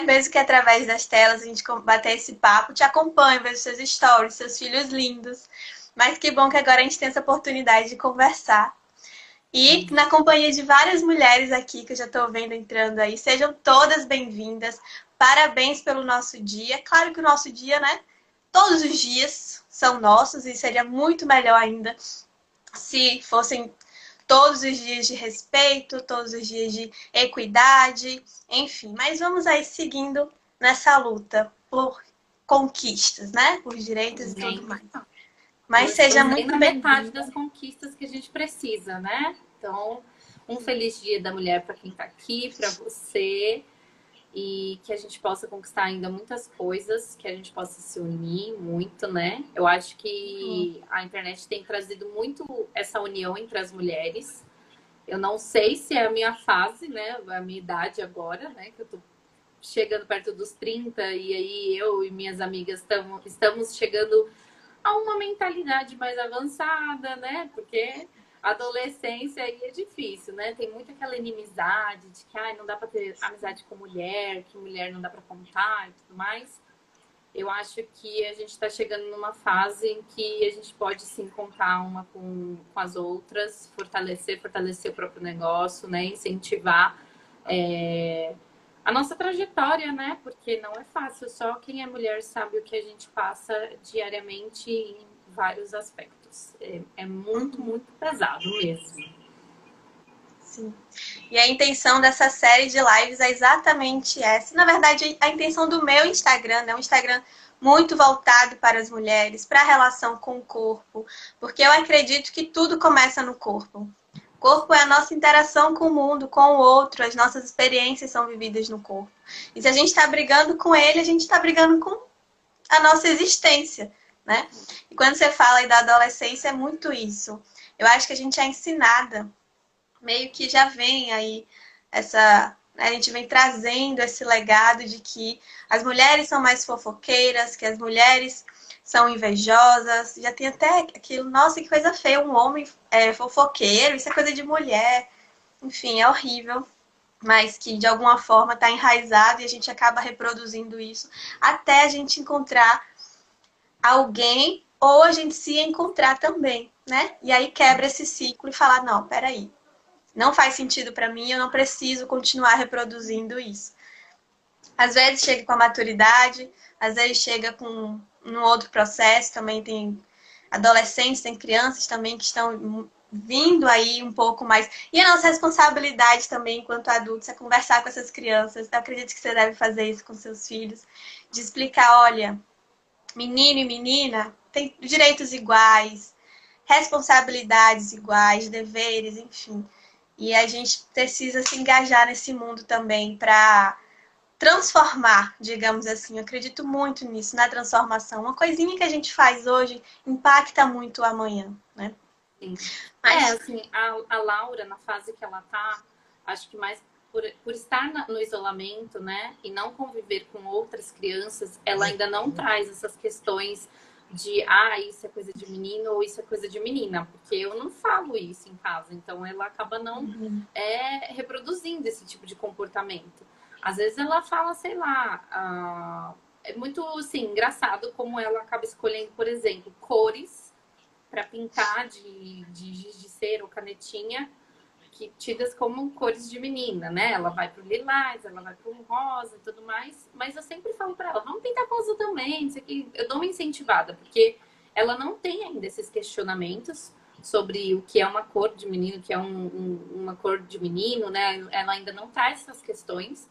mesmo que através das telas a gente bater esse papo, te acompanho, vejo seus stories, seus filhos lindos. Mas que bom que agora a gente tem essa oportunidade de conversar. E na companhia de várias mulheres aqui que eu já estou vendo entrando aí, sejam todas bem-vindas. Parabéns pelo nosso dia. Claro que o nosso dia, né? Todos os dias são nossos e seria muito melhor ainda se fossem todos os dias de respeito, todos os dias de equidade, enfim. Mas vamos aí seguindo nessa luta por conquistas, né? Por direitos e tudo mais. Mas seja muito na metade bem-vinda. das conquistas que a gente precisa, né? Então, um feliz Dia da Mulher para quem está aqui, para você, e que a gente possa conquistar ainda muitas coisas, que a gente possa se unir muito, né? Eu acho que a internet tem trazido muito essa união entre as mulheres. Eu não sei se é a minha fase, né? A minha idade agora, né? Que eu tô chegando perto dos 30 e aí eu e minhas amigas estamos chegando a uma mentalidade mais avançada, né? Porque a adolescência aí é difícil, né? Tem muito aquela inimizade de que não dá para ter amizade com mulher, que mulher não dá para contar e tudo mais. Eu acho que a gente está chegando numa fase em que a gente pode sim contar uma com as outras, fortalecer o próprio negócio, né? Incentivar a nossa trajetória, né? Porque não é fácil, só quem é mulher sabe o que a gente passa diariamente em vários aspectos. É muito, muito pesado mesmo. Sim. E a intenção dessa série de lives é exatamente essa. Na verdade, a intenção do meu Instagram é um Instagram muito voltado para as mulheres, para a relação com o corpo, porque eu acredito que tudo começa no corpo. O corpo é a nossa interação com o mundo, com o outro, as nossas experiências são vividas no corpo. E se a gente está brigando com ele, a gente está brigando com a nossa existência, né? E quando você fala aí da adolescência, é muito isso. Eu acho que a gente é ensinada meio que já vem aí essa. A gente vem trazendo esse legado de que as mulheres são mais fofoqueiras, que as mulheres são invejosas. Já tem até aquilo, nossa, que coisa feia, um homem fofoqueiro, isso é coisa de mulher. Enfim, é horrível, mas que de alguma forma está enraizado e a gente acaba reproduzindo isso até a gente encontrar alguém ou a gente se encontrar também, né? E aí quebra esse ciclo e falar, não, peraí, não faz sentido para mim, eu não preciso continuar reproduzindo isso. Às vezes chega com a maturidade, às vezes chega com um outro processo, também tem adolescentes, tem crianças também que estão vindo aí um pouco mais. E a nossa responsabilidade também, enquanto adultos, é conversar com essas crianças. Eu acredito que você deve fazer isso com seus filhos, de explicar, olha, menino e menina têm direitos iguais, responsabilidades iguais, deveres, enfim. E a gente precisa se engajar nesse mundo também para transformar, digamos assim. Eu acredito muito nisso, na transformação. Uma coisinha que a gente faz hoje impacta muito amanhã, né? Sim. Mas, Assim, a Laura, na fase que ela tá, acho que mais por estar no isolamento, né, e não conviver com outras crianças, ela ainda não traz essas questões de, isso é coisa de menino ou isso é coisa de menina, porque eu não falo isso em casa, então ela acaba não reproduzindo esse tipo de comportamento. Às vezes ela fala, sei lá, é muito, assim, engraçado como ela acaba escolhendo, por exemplo, cores para pintar de giz de cera ou canetinha, que tidas como cores de menina, né? Ela vai pro lilás, ela vai pro rosa e tudo mais. Mas eu sempre falo para ela, vamos pintar rosa também, isso aqui. Eu dou uma incentivada, porque ela não tem ainda esses questionamentos sobre o que é uma cor de menino, o que é uma cor de menino, né? Ela ainda não traz essas questões.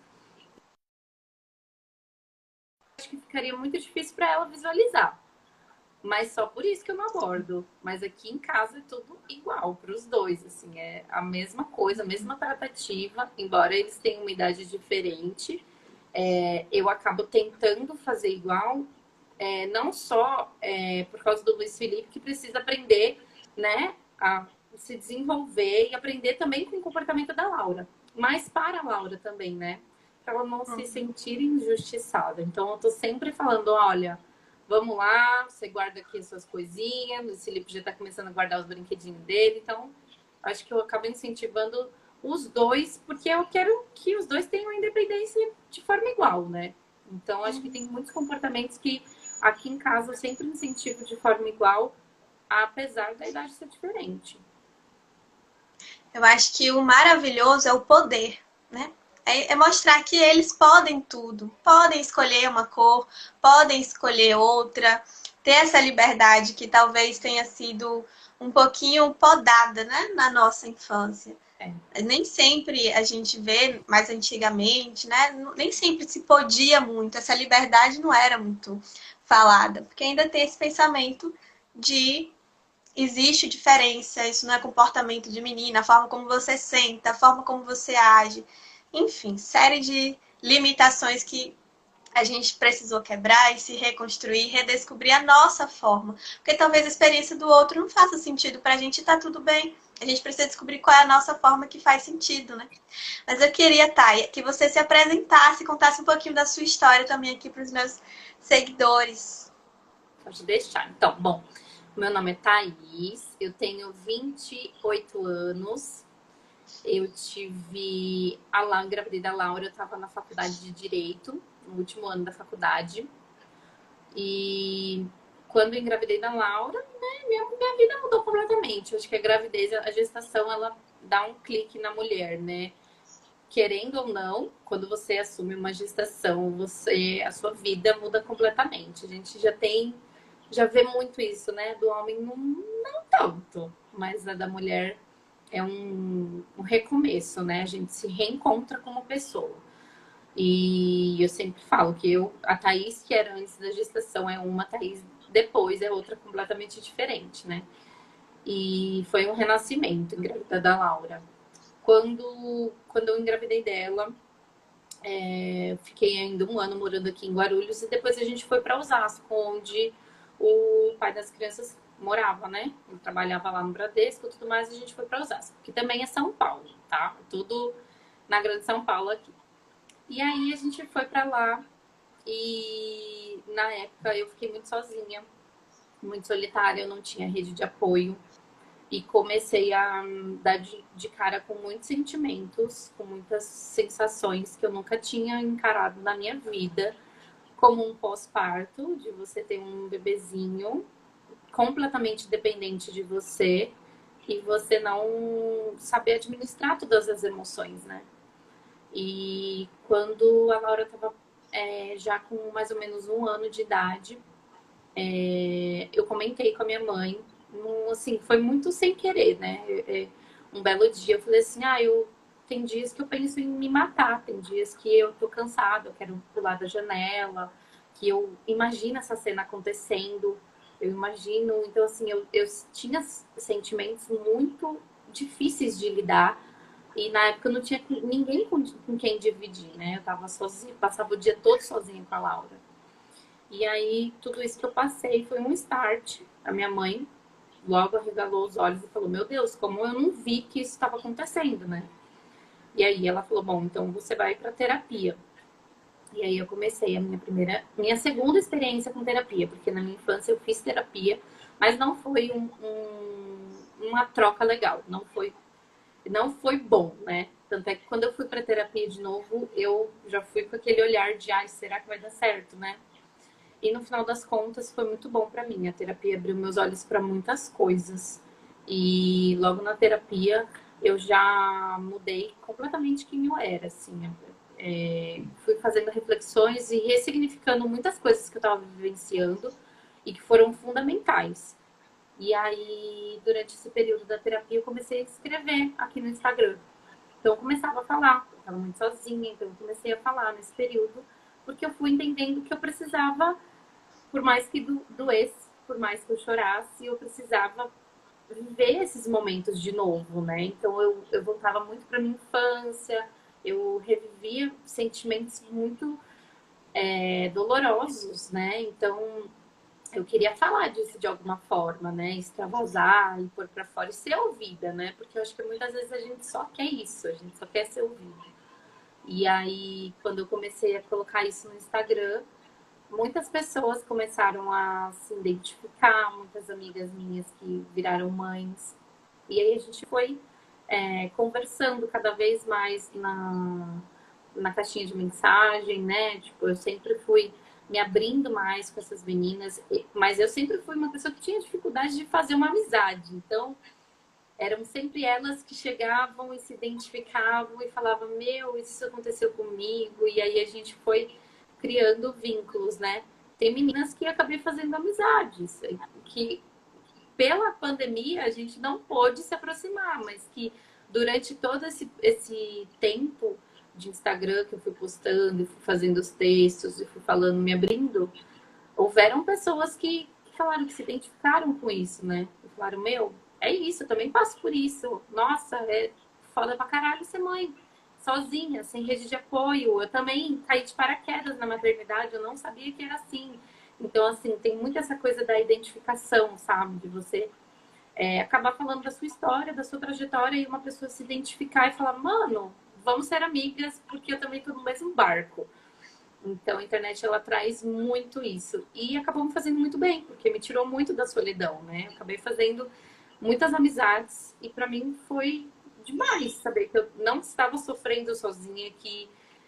Acho que ficaria muito difícil para ela visualizar. Mas só por isso que eu não abordo. Mas aqui em casa é tudo igual para os dois, assim, é a mesma coisa, a mesma tratativa, embora eles tenham uma idade diferente. Eu acabo tentando fazer igual, não só por causa do Luiz Felipe, que precisa aprender, né, a se desenvolver e aprender também com o comportamento da Laura. Mas para a Laura também, né? Para ela não se sentir injustiçada. Então eu tô sempre falando, olha, vamos lá, você guarda aqui as suas coisinhas. O Felipe já tá começando a guardar os brinquedinhos dele. Então, acho que eu acabo incentivando os dois, porque eu quero que os dois tenham independência de forma igual, né? Então, acho que tem muitos comportamentos que aqui em casa eu sempre incentivo de forma igual, apesar da idade ser diferente. Eu acho que o maravilhoso é o poder, né? É mostrar que eles podem tudo, podem escolher uma cor, podem escolher outra, ter essa liberdade que talvez tenha sido um pouquinho podada, né, na nossa infância. É. Nem sempre a gente vê, mais antigamente, né? Nem sempre se podia muito, essa liberdade não era muito falada, porque ainda tem esse pensamento de existe diferença, isso não é comportamento de menina, a forma como você senta, a forma como você age, enfim, série de limitações que a gente precisou quebrar e se reconstruir, redescobrir a nossa forma. Porque talvez a experiência do outro não faça sentido pra gente e tá tudo bem. A gente precisa descobrir qual é a nossa forma que faz sentido, né? Mas eu queria, Thay, que você se apresentasse, contasse um pouquinho da sua história também aqui para os meus seguidores. Pode deixar. Então, bom, meu nome é Thaís, eu tenho 28 anos. Eu tive engravidei da Laura, eu estava na faculdade de Direito, no último ano da faculdade. E quando eu engravidei da Laura, né, minha vida mudou completamente. Eu acho que a gravidez, a gestação, ela dá um clique na mulher, né? Querendo ou não, quando você assume uma gestação, a sua vida muda completamente. A gente já vê muito isso, né? Do homem não tanto, mas a da mulher é um recomeço, né? A gente se reencontra como pessoa. E eu sempre falo que a Thaís que era antes da gestação é uma, a Thaís depois é outra completamente diferente, né? E foi um renascimento engravidar da Laura. Quando eu engravidei dela, fiquei ainda um ano morando aqui em Guarulhos e depois a gente foi para Osasco, onde o pai das crianças morava, né? Ele trabalhava lá no Bradesco e tudo mais, e a gente foi para Osasco, que também é São Paulo, tá? Tudo na Grande São Paulo aqui. E aí a gente foi para lá e na época eu fiquei muito sozinha, muito solitária, eu não tinha rede de apoio. E comecei a dar de cara com muitos sentimentos, com muitas sensações que eu nunca tinha encarado na minha vida, como um pós-parto, de você ter um bebezinho completamente dependente de você e você não saber administrar todas as emoções, né? E quando a Laura estava já com mais ou menos um ano de idade, eu comentei com a minha mãe, assim, foi muito sem querer, né? Um belo dia eu falei assim, tem dias que eu penso em me matar, tem dias que eu tô cansada, eu quero pular da janela, que eu imagino essa cena acontecendo, eu imagino, então assim, eu tinha sentimentos muito difíceis de lidar, e na época eu não tinha ninguém com quem dividir, né? Eu tava sozinha, passava o dia todo sozinha com a Laura. E aí, tudo isso que eu passei foi um start. A minha mãe logo arregalou os olhos e falou: Meu Deus, como eu não vi que isso estava acontecendo, né? E aí ela falou: Bom, então você vai para terapia. E aí eu comecei minha segunda experiência com terapia, porque na minha infância eu fiz terapia, mas não foi uma troca legal, não foi bom, né? Tanto é que quando eu fui para terapia de novo, eu já fui com aquele olhar de, será que vai dar certo, né? E no final das contas foi muito bom para mim. A terapia abriu meus olhos para muitas coisas. E logo na terapia eu já mudei completamente quem eu era, assim. Fui fazendo reflexões e ressignificando muitas coisas que eu estava vivenciando e que foram fundamentais. E aí, durante esse período da terapia, eu comecei a escrever aqui no Instagram. Então, eu começava a falar. Eu estava muito sozinha, então eu comecei a falar nesse período, porque eu fui entendendo que eu precisava, por mais que doesse, por mais que eu chorasse, eu precisava viver esses momentos de novo, né? Então eu voltava muito para minha infância, eu revivia sentimentos muito dolorosos, né? Então eu queria falar disso de alguma forma, né? Extravasar e pôr para fora e ser ouvida, né? Porque eu acho que muitas vezes a gente só quer isso, a gente só quer ser ouvida. E aí, quando eu comecei a colocar isso no Instagram, muitas pessoas começaram a se identificar, muitas amigas minhas que viraram mães. E aí a gente foi conversando cada vez mais na caixinha de mensagem, né? Tipo, eu sempre fui me abrindo mais com essas meninas, mas eu sempre fui uma pessoa que tinha dificuldade de fazer uma amizade. Então, eram sempre elas que chegavam e se identificavam e falavam, meu, isso aconteceu comigo. E aí a gente foi criando vínculos, né? Tem meninas que acabei fazendo amizades, que pela pandemia a gente não pôde se aproximar, mas que durante todo esse tempo de Instagram que eu fui postando, e fui fazendo os textos, e fui falando, me abrindo, houveram pessoas que falaram que se identificaram com isso, né? E falaram, meu, é isso, eu também passo por isso. Nossa, é foda pra caralho ser mãe. Sozinha, sem rede de apoio. Eu também caí de paraquedas na maternidade, eu não sabia que era assim. Então, assim, tem muito essa coisa da identificação, sabe? De você acabar falando da sua história, da sua trajetória, e uma pessoa se identificar e falar, mano, vamos ser amigas, porque eu também tô no mesmo barco. Então, a internet, ela traz muito isso. E acabou me fazendo muito bem, porque me tirou muito da solidão, né? Eu acabei fazendo muitas amizades e para mim foi demais saber que eu não estava sofrendo sozinha, que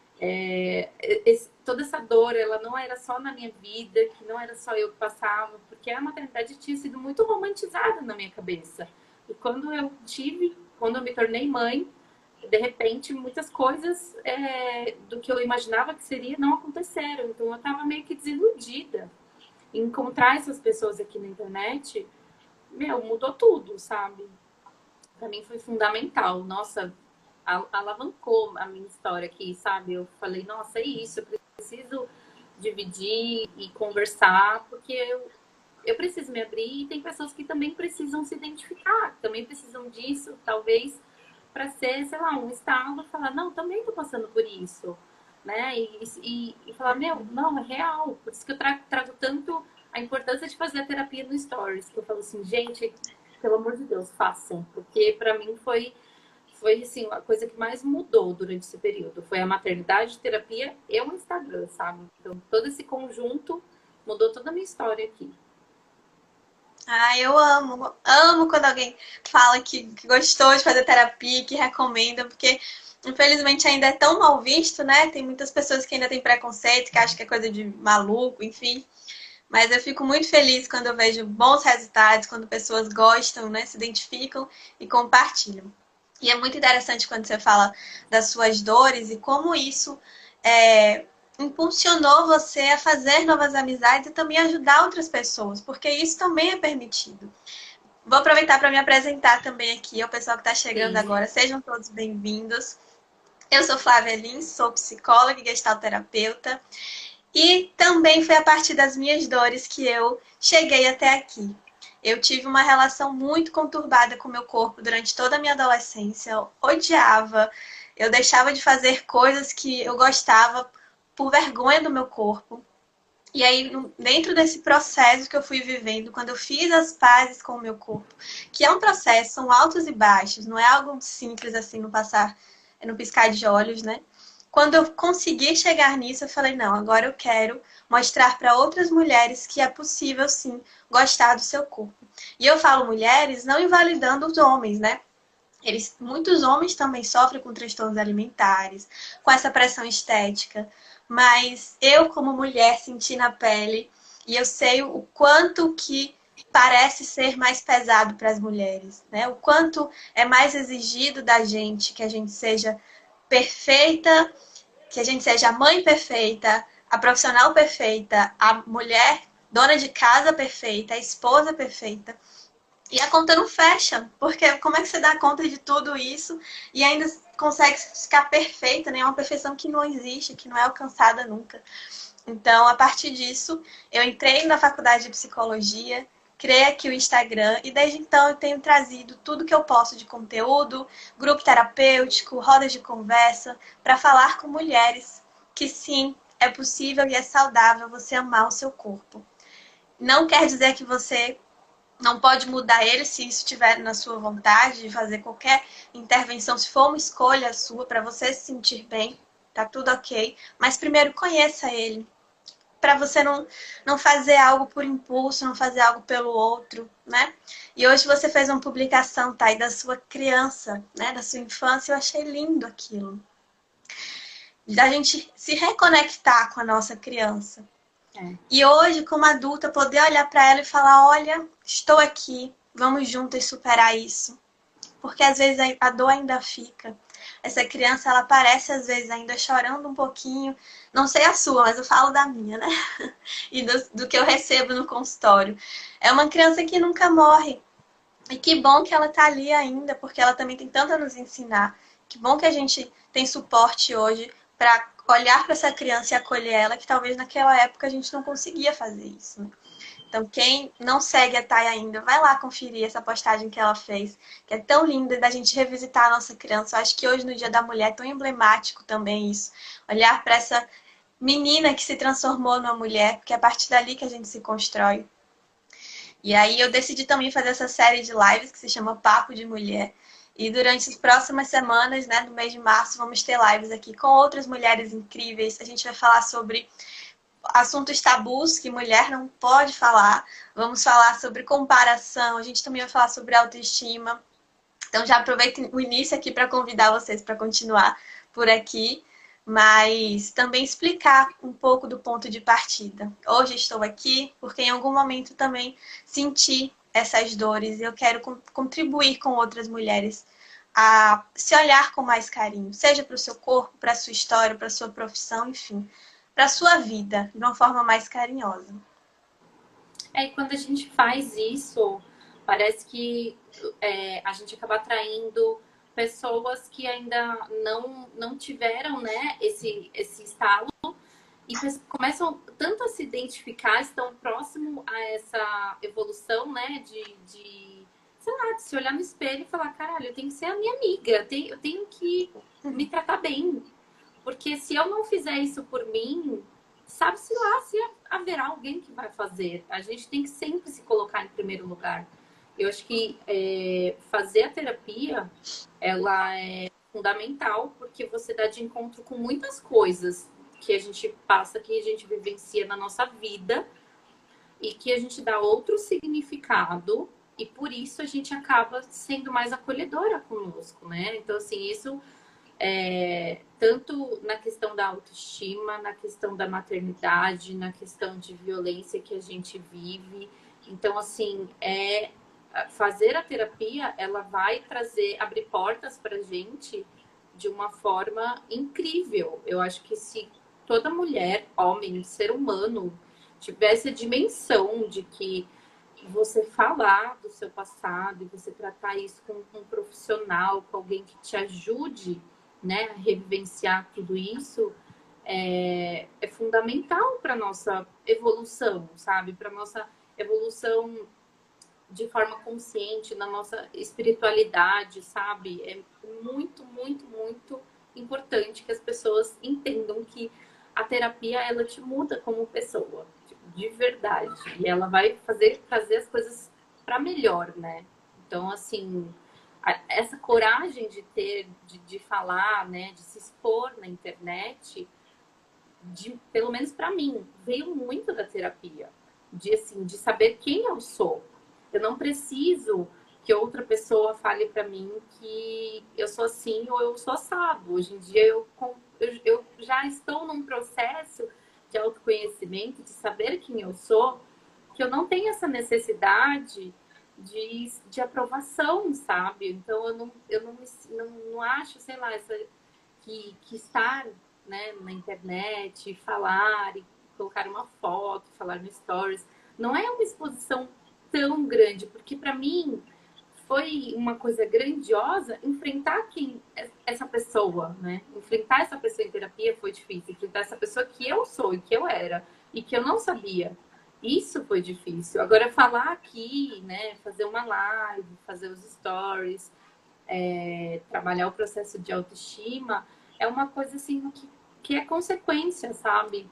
toda essa dor, ela não era só na minha vida, que não era só eu que passava, porque a maternidade tinha sido muito romantizada na minha cabeça. E quando eu me tornei mãe, de repente, muitas coisas do que eu imaginava que seria não aconteceram. Então, eu estava meio que desiludida. Encontrar essas pessoas aqui na internet, meu, mudou tudo, sabe? Para mim foi fundamental. Nossa, alavancou a minha história aqui, sabe? Eu falei, nossa, é isso, eu preciso dividir e conversar, porque eu preciso me abrir e tem pessoas que também precisam se identificar, também precisam disso, talvez, para ser, sei lá, um estalo, falar, não, também tô passando por isso, né? E falar, meu, não, é real. Por isso que eu trago tanto a importância de fazer a terapia no Stories, que eu falo assim, gente, pelo amor de Deus, façam, porque para mim foi assim, a coisa que mais mudou durante esse período. Foi a maternidade, terapia e o Instagram, sabe? Então, todo esse conjunto mudou toda a minha história aqui. Ah, eu amo, amo quando alguém fala que gostou de fazer terapia, que recomenda, porque infelizmente ainda é tão mal visto, né? Tem muitas pessoas que ainda têm preconceito, que acham que é coisa de maluco, enfim. Mas eu fico muito feliz quando eu vejo bons resultados, quando pessoas gostam, né? Se identificam e compartilham. E é muito interessante quando você fala das suas dores e como isso é, impulsionou você a fazer novas amizades e também ajudar outras pessoas, porque isso também é permitido. Vou aproveitar para me apresentar também aqui ao pessoal que está chegando Sim. agora. Sejam todos bem-vindos. Eu sou Flávia Lins, sou psicóloga e gestalterapeuta. E também foi a partir das minhas dores que eu cheguei até aqui. Eu tive uma relação muito conturbada com o meu corpo durante toda a minha adolescência. Eu odiava, eu deixava de fazer coisas que eu gostava por vergonha do meu corpo. E aí, dentro desse processo que eu fui vivendo, quando eu fiz as pazes com o meu corpo, que é um processo, são altos e baixos, não é algo simples assim no passar, no piscar de olhos, né? Quando eu consegui chegar nisso, eu falei, não, agora eu quero mostrar para outras mulheres que é possível sim gostar do seu corpo. E eu falo mulheres não invalidando os homens, né? Muitos homens também sofrem com transtornos alimentares, com essa pressão estética, mas eu, como mulher, senti na pele e eu sei o quanto que parece ser mais pesado para as mulheres, né? O quanto é mais exigido da gente que a gente seja perfeita, que a gente seja a mãe perfeita, a profissional perfeita, a mulher dona de casa perfeita, a esposa perfeita. E a conta não fecha, porque como é que você dá conta de tudo isso e ainda consegue ficar perfeita, né? É uma perfeição que não existe, que não é alcançada nunca. Então, a partir disso, eu entrei na faculdade de psicologia, criei aqui o Instagram e desde então eu tenho trazido tudo que eu posso de conteúdo, grupo terapêutico, rodas de conversa, para falar com mulheres que sim, é possível e é saudável você amar o seu corpo. Não quer dizer que você não pode mudar ele se isso estiver na sua vontade de fazer qualquer intervenção, se for uma escolha sua para você se sentir bem, tá tudo ok. Mas primeiro conheça ele, para você não fazer algo por impulso, não fazer algo pelo outro, né? E hoje você fez uma publicação, Thay, da sua criança, né? Da sua infância, eu achei lindo aquilo. Da gente se reconectar com a nossa criança. É. E hoje, como adulta, poder olhar para ela e falar, olha, estou aqui, vamos juntas superar isso. Porque às vezes a dor ainda fica. Essa criança, ela parece às vezes ainda chorando um pouquinho. Não sei a sua, mas eu falo da minha, né? E do que eu recebo no consultório. É uma criança que nunca morre. E que bom que ela tá ali ainda, porque ela também tem tanto a nos ensinar. Que bom que a gente tem suporte hoje para olhar para essa criança e acolher ela, que talvez naquela época a gente não conseguia fazer isso, né? Então, quem não segue a Thay ainda, vai lá conferir essa postagem que ela fez, que é tão linda da gente revisitar a nossa criança. Eu acho que hoje, no Dia da Mulher, é tão emblemático também isso. Olhar para essa menina que se transformou numa mulher, porque é a partir dali que a gente se constrói. E aí eu decidi também fazer essa série de lives que se chama Papo de Mulher. E durante as próximas semanas, né, do mês de março, vamos ter lives aqui com outras mulheres incríveis. A gente vai falar sobre assuntos tabus que mulher não pode falar. Vamos falar sobre comparação. A gente também vai falar sobre autoestima. Então já aproveito o início aqui para convidar vocês para continuar por aqui, mas também explicar um pouco do ponto de partida. Hoje estou aqui porque em algum momento também senti essas dores e eu quero contribuir com outras mulheres a se olhar com mais carinho, seja para o seu corpo, para a sua história, para a sua profissão, enfim, para a sua vida, de uma forma mais carinhosa. E quando a gente faz isso, parece que a gente acaba atraindo pessoas que ainda não tiveram, né, esse estalo e começam tanto a se identificar, estão próximo a essa evolução, né, sei lá, de se olhar no espelho e falar, caralho, eu tenho que ser a minha amiga, eu tenho que me tratar bem. Porque se eu não fizer isso por mim, sabe-se lá se haverá alguém que vai fazer. A gente tem que sempre se colocar em primeiro lugar. Eu acho que fazer a terapia, ela é fundamental, porque você dá de encontro com muitas coisas que a gente passa, que a gente vivencia na nossa vida e que a gente dá outro significado e por isso a gente acaba sendo mais acolhedora conosco, né? Então, assim, isso tanto na questão da autoestima, na questão da maternidade, na questão de violência que a gente vive. Então, assim, fazer a terapia, ela vai abrir portas pra gente de uma forma incrível. Eu acho que se toda mulher, homem, ser humano, tivesse a dimensão de que você falar do seu passado e você tratar isso com um profissional, com alguém que te ajude, né, a revivenciar tudo isso, é fundamental para nossa evolução, sabe? Para nossa evolução de forma consciente, na nossa espiritualidade, sabe? É muito, muito, muito importante que as pessoas entendam que a terapia, ela te muda como pessoa, tipo, de verdade. E ela vai trazer as coisas para melhor, né? Então, assim, essa coragem de falar, né, de se expor na internet, pelo menos para mim, veio muito da terapia. De saber quem eu sou. Eu não preciso que outra pessoa fale para mim que eu sou assim ou eu sou assado. Hoje em dia eu já estou num processo de autoconhecimento, de saber quem eu sou, que eu não tenho essa necessidade de aprovação, sabe? Então eu não acho, sei lá, que estar, né, na internet, falar e colocar uma foto, falar no stories, não é uma exposição tão grande, porque para mim foi uma coisa grandiosa enfrentar essa pessoa, né? Enfrentar essa pessoa em terapia foi difícil, enfrentar essa pessoa que eu sou e que eu era e que eu não sabia. Isso foi difícil. Agora falar aqui, né, fazer uma live, fazer os stories, trabalhar o processo de autoestima, é uma coisa assim que é consequência, sabe?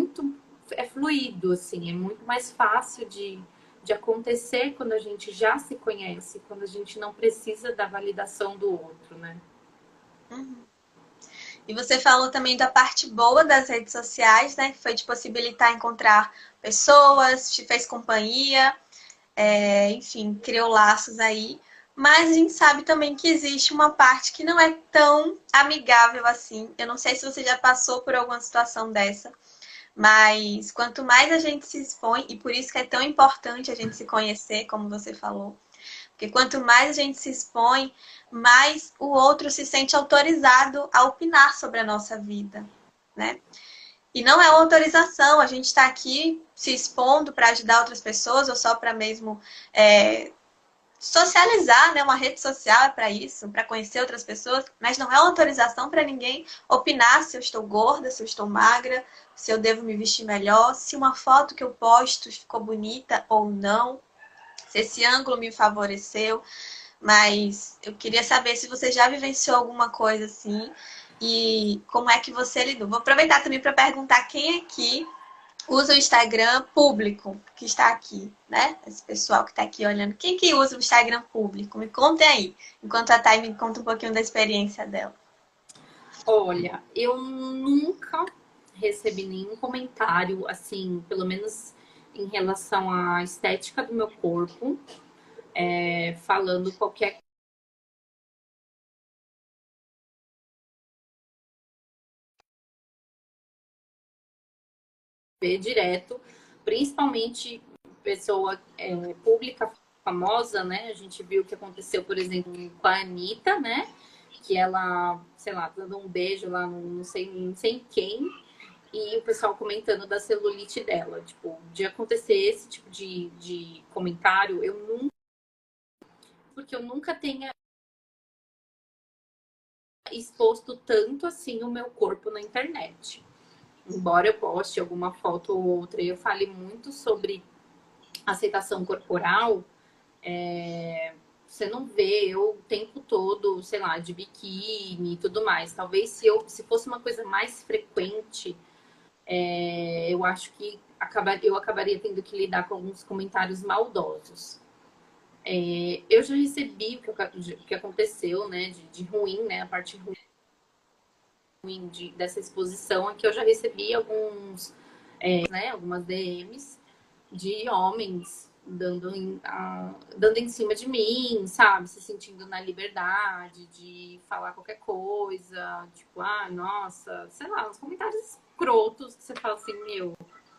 É fluido, assim, é muito mais fácil de acontecer quando a gente já se conhece, quando a gente não precisa da validação do outro, né? Uhum. E você falou também da parte boa das redes sociais, né? Que foi te possibilitar encontrar pessoas, te fez companhia, enfim, criou laços aí. Mas a gente sabe também que existe uma parte que não é tão amigável assim. Eu não sei se você já passou por alguma situação dessa, mas quanto mais a gente se expõe, e por isso que é tão importante a gente se conhecer, como você falou, porque quanto mais a gente se expõe, mais o outro se sente autorizado a opinar sobre a nossa vida, né? E não é uma autorização, a gente está aqui se expondo para ajudar outras pessoas ou só para mesmo socializar, né? Uma rede social é para isso, para conhecer outras pessoas, mas não é uma autorização para ninguém opinar se eu estou gorda, se eu estou magra, se eu devo me vestir melhor, se uma foto que eu posto ficou bonita ou não, se esse ângulo me favoreceu. Mas eu queria saber se você já vivenciou alguma coisa assim e como é que você lidou. Vou aproveitar também para perguntar quem aqui usa o Instagram público, que está aqui, né? Esse pessoal que está aqui olhando. Quem que usa o Instagram público? Me contem aí, enquanto a Thay me conta um pouquinho da experiência dela. Olha, eu nunca recebi nenhum comentário, assim, pelo menos em relação à estética do meu corpo, falando qualquer coisa direto, principalmente pessoa pública famosa, né? A gente viu o que aconteceu, por exemplo, com a Anitta, né? Que ela, sei lá, dando um beijo lá, não sei em quem, e o pessoal comentando da celulite dela. Tipo, de acontecer esse tipo de comentário, eu nunca, porque eu nunca tenha exposto tanto assim o meu corpo na internet. Embora eu poste alguma foto ou outra e eu fale muito sobre aceitação corporal, você não vê eu o tempo todo, sei lá, de biquíni e tudo mais. Talvez se fosse uma coisa mais frequente, eu acho que eu acabaria tendo que lidar com alguns comentários maldosos. Eu já recebi o que aconteceu, né, de ruim, né, a parte ruim dessa exposição é que eu já recebi né, algumas DMs de homens dando em cima de mim, sabe? Se sentindo na liberdade de falar qualquer coisa, tipo, nossa, sei lá, uns comentários escrotos que você fala assim, meu,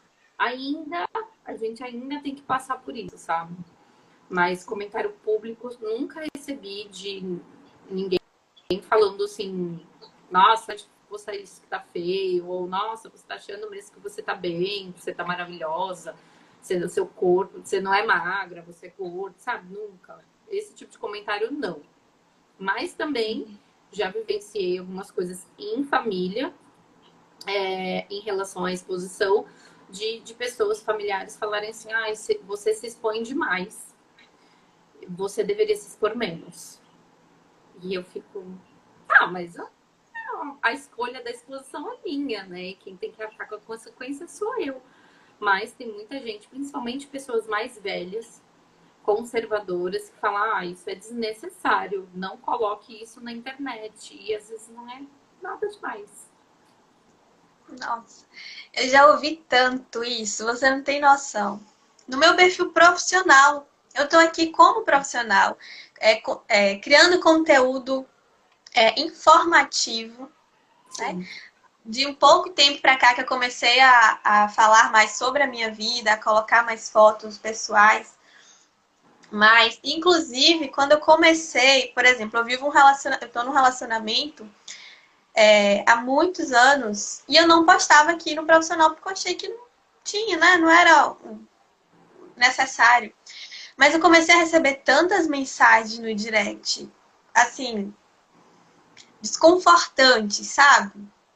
a gente ainda tem que passar por isso, sabe? Mas comentário público nunca recebi de ninguém falando assim, nossa, você isso que tá feio, ou nossa, você tá achando mesmo que você tá bem, que você tá maravilhosa, o seu corpo, você não é magra, você é gorda, sabe? Nunca. Esse tipo de comentário, não. Mas também já vivenciei algumas coisas em família, em relação à exposição, de pessoas familiares falarem assim, você se expõe demais. Você deveria se expor menos. E eu fico, mas a escolha da exposição é minha, né? E quem tem que arcar com a consequência sou eu. Mas tem muita gente, principalmente pessoas mais velhas, conservadoras, que falam, isso é desnecessário, não coloque isso na internet. E às vezes não é nada demais. Nossa, eu já ouvi tanto isso, você não tem noção. No meu perfil profissional, eu estou aqui como profissional, criando conteúdo informativo, né? De um pouco tempo para cá que eu comecei a falar mais sobre a minha vida, a colocar mais fotos pessoais. Mas, inclusive, quando eu comecei, por exemplo, eu estou num relacionamento há muitos anos e eu não postava aqui no profissional porque eu achei que não tinha, né? Não era necessário. Mas eu comecei a receber tantas mensagens no direct, assim, desconfortantes, sabe?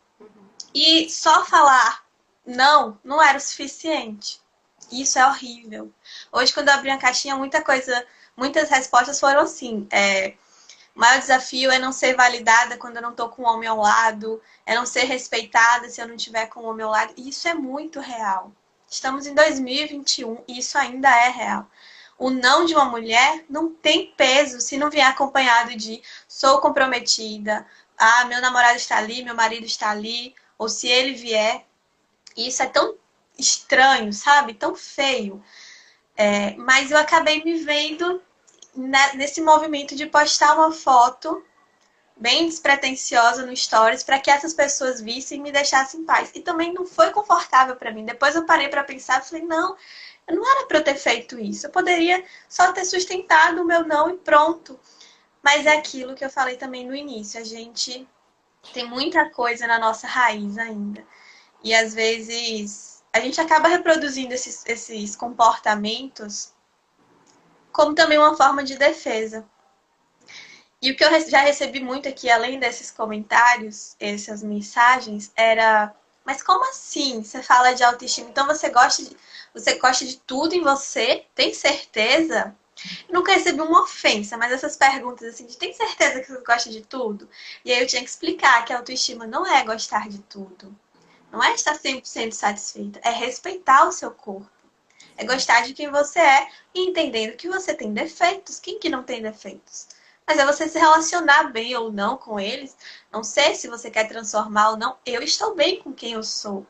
E só falar não era o suficiente. Isso é horrível. Hoje, quando eu abri a caixinha, muitas respostas foram assim. O maior desafio é não ser validada quando eu não tô com um homem ao lado, é não ser respeitada se eu não tiver com um homem ao lado. E isso é muito real. Estamos em 2021 e isso ainda é real. O não de uma mulher não tem peso se não vier acompanhado de sou comprometida, ah, meu namorado está ali, meu marido está ali, ou se ele vier. E isso é tão estranho, sabe? Tão feio. Mas eu acabei me vendo nesse movimento de postar uma foto bem despretensiosa no Stories para que essas pessoas vissem e me deixassem em paz. E também não foi confortável para mim. Depois eu parei para pensar e falei, não, eu não era para eu ter feito isso. Eu poderia só ter sustentado o meu não e pronto. Mas é aquilo que eu falei também no início. A gente tem muita coisa na nossa raiz ainda. E às vezes a gente acaba reproduzindo esses comportamentos como também uma forma de defesa. E o que eu já recebi muito aqui, além desses comentários, essas mensagens, era: mas como assim? Você fala de autoestima, então você gosta de tudo em você? Tem certeza? Eu nunca recebi uma ofensa, mas essas perguntas assim, de tem certeza que você gosta de tudo? E aí eu tinha que explicar que a autoestima não é gostar de tudo. Não é estar 100% satisfeita, é respeitar o seu corpo. É gostar de quem você é e entendendo que você tem defeitos. Quem que não tem defeitos? Mas é você se relacionar bem ou não com eles. Não sei se você quer transformar ou não. Eu estou bem com quem eu sou.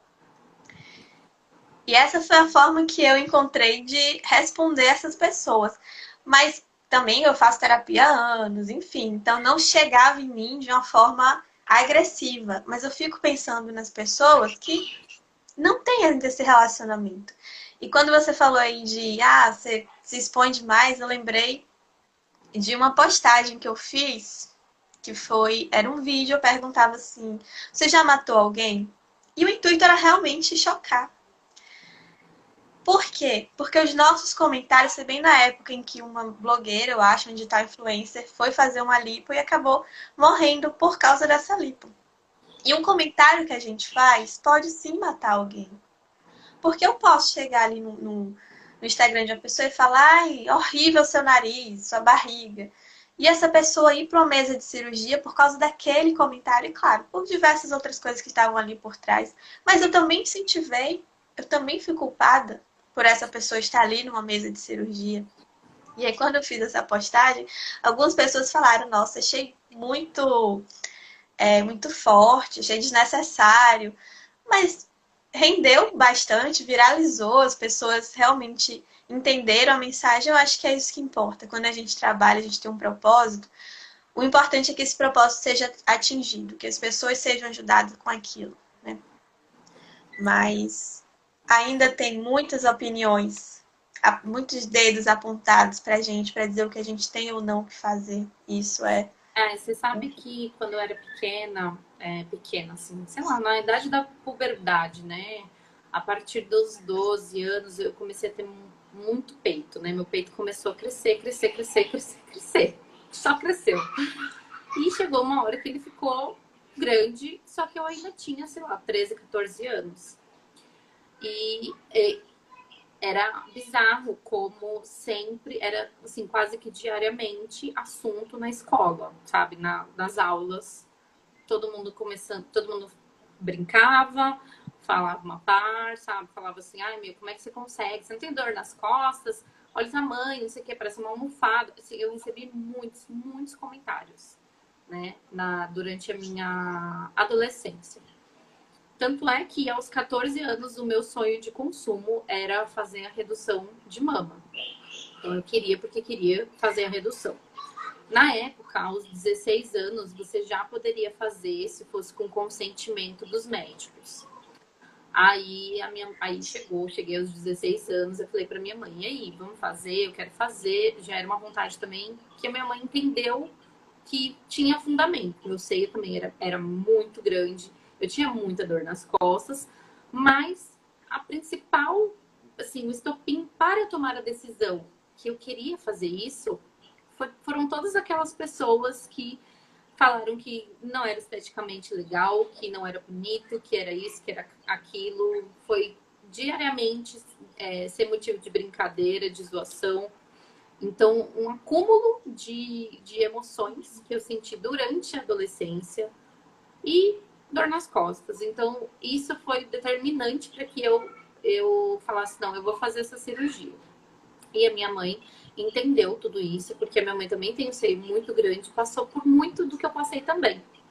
E essa foi a forma que eu encontrei de responder essas pessoas. Mas também eu faço terapia há anos, enfim. Então não chegava em mim de uma forma agressiva. Mas eu fico pensando nas pessoas que não têm ainda esse relacionamento. E quando você falou aí de, você se expõe demais, eu lembrei de uma postagem que eu fiz, que era um vídeo, eu perguntava assim, você já matou alguém? E o intuito era realmente chocar. Por quê? Porque os nossos comentários, foi bem na época em que uma blogueira, eu acho, um digital influencer, foi fazer uma lipo e acabou morrendo por causa dessa lipo. E um comentário que a gente faz pode sim matar alguém. Porque eu posso chegar ali no Instagram de uma pessoa e falar, ai, horrível seu nariz, sua barriga. E essa pessoa ir para uma mesa de cirurgia por causa daquele comentário, e claro, por diversas outras coisas que estavam ali por trás. Mas eu também incentivei, eu também fui culpada por essa pessoa estar ali numa mesa de cirurgia. E aí, quando eu fiz essa postagem, algumas pessoas falaram, nossa, achei muito forte, achei desnecessário. Mas rendeu bastante, viralizou, as pessoas realmente entenderam a mensagem. Eu acho que é isso que importa. Quando a gente trabalha, a gente tem um propósito, o importante é que esse propósito seja atingido, que as pessoas sejam ajudadas com aquilo, né? Mas ainda tem muitas opiniões, muitos dedos apontados pra gente, para dizer o que a gente tem ou não que fazer. Isso é... Você sabe que quando eu era pequena, assim, sei lá, na idade da puberdade, né? A partir dos 12 anos eu comecei a ter muito peito, né? Meu peito começou a crescer, crescer, crescer, crescer, crescer. Só cresceu. E chegou uma hora que ele ficou grande, só que eu ainda tinha, sei lá, 13, 14 anos. E era bizarro como sempre, era assim, quase que diariamente assunto na escola, sabe? Nas aulas. Todo mundo brincava, falava uma par, sabe? Falava assim, ai meu, como é que você consegue? Você não tem dor nas costas? Olha o tamanho, não sei o que, parece uma almofada. Assim, eu recebi muitos, muitos comentários, né? Durante a minha adolescência. Tanto é que aos 14 anos o meu sonho de consumo era fazer a redução de mama. Então eu queria porque queria fazer a redução. Na época, aos 16 anos, você já poderia fazer se fosse com consentimento dos médicos. Aí cheguei aos 16 anos, eu falei para minha mãe, e aí, vamos fazer, eu quero fazer. Já era uma vontade também que a minha mãe entendeu que tinha fundamento. Meu seio também era muito grande. Eu tinha muita dor nas costas, mas a principal, assim, o estopim para eu tomar a decisão que eu queria fazer isso foram todas aquelas pessoas que falaram que não era esteticamente legal, que não era bonito, que era isso, que era aquilo. Foi diariamente ser motivo de brincadeira, de zoação. Então, um acúmulo de emoções que eu senti durante a adolescência e dor nas costas. Então, isso foi determinante para que eu falasse, não, eu vou fazer essa cirurgia. E a minha mãe entendeu tudo isso, porque a minha mãe também tem um seio muito grande, passou por muito do que eu passei também.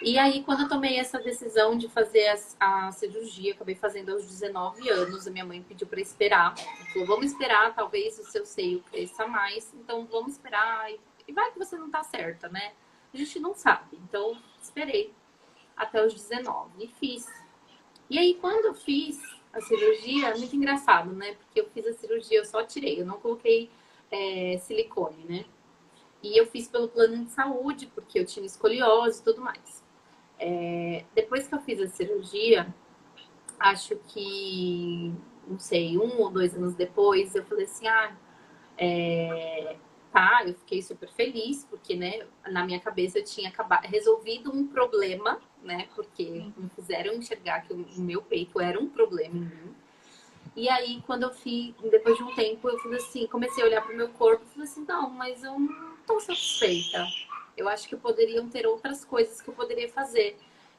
E aí, quando eu tomei essa decisão de fazer a cirurgia, acabei fazendo aos 19 anos, a minha mãe pediu para esperar. Ela falou, vamos esperar, talvez o seu seio cresça mais, então vamos esperar. E vai que você não tá certa, né? A gente não sabe. Então, esperei até os 19 e fiz. E aí, quando eu fiz a cirurgia, é muito engraçado, né? Porque eu fiz a cirurgia, eu só tirei, eu não coloquei silicone, né? E eu fiz pelo plano de saúde, porque eu tinha escoliose e tudo mais. Depois que eu fiz a cirurgia, acho que, não sei, 1 ou 2 anos depois, eu falei assim, tá, eu fiquei super feliz, porque, né, na minha cabeça eu tinha resolvido um problema, né, porque me fizeram enxergar que o meu peito era um problema em mim. E aí, quando eu fiz, depois de um tempo, eu falei assim, comecei a olhar pro meu corpo e falei assim, não, mas eu não tô satisfeita. Eu acho que poderiam ter outras coisas que eu poderia fazer.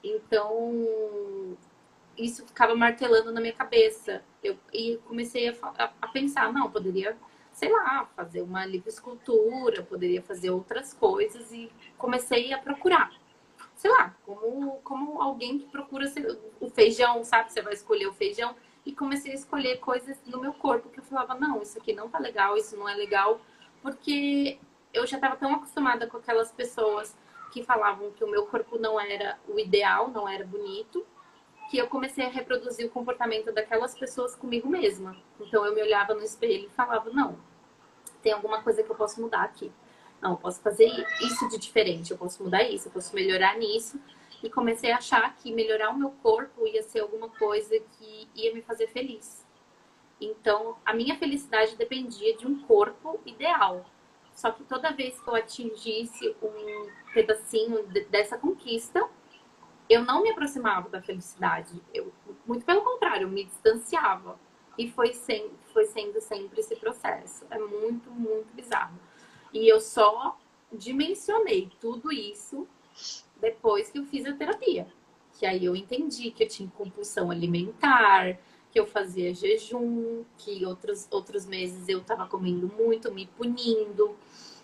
Então, isso ficava martelando na minha cabeça. E comecei a pensar, não, poderia, sei lá, fazer uma lipoescultura, poderia fazer outras coisas e comecei a procurar. Sei lá, como alguém que procura o feijão, sabe? Você vai escolher o feijão. E comecei a escolher coisas no meu corpo que eu falava, não, isso aqui não tá legal, isso não é legal. Porque eu já estava tão acostumada com aquelas pessoas que falavam que o meu corpo não era o ideal, não era bonito, que eu comecei a reproduzir o comportamento daquelas pessoas comigo mesma. Então eu me olhava no espelho e falava, não, tem alguma coisa que eu posso mudar aqui. Não, eu posso fazer isso de diferente, eu posso mudar isso, eu posso melhorar nisso. E comecei a achar que melhorar o meu corpo ia ser alguma coisa que ia me fazer feliz. Então, a minha felicidade dependia de um corpo ideal. Só que toda vez que eu atingisse um pedacinho dessa conquista, eu não me aproximava da felicidade. Muito pelo contrário, eu me distanciava. E foi sendo sempre esse processo. É muito, muito bizarro. E eu só dimensionei tudo isso depois que eu fiz a terapia. Que aí eu entendi que eu tinha compulsão alimentar, que eu fazia jejum, que outros meses eu estava comendo muito, me punindo,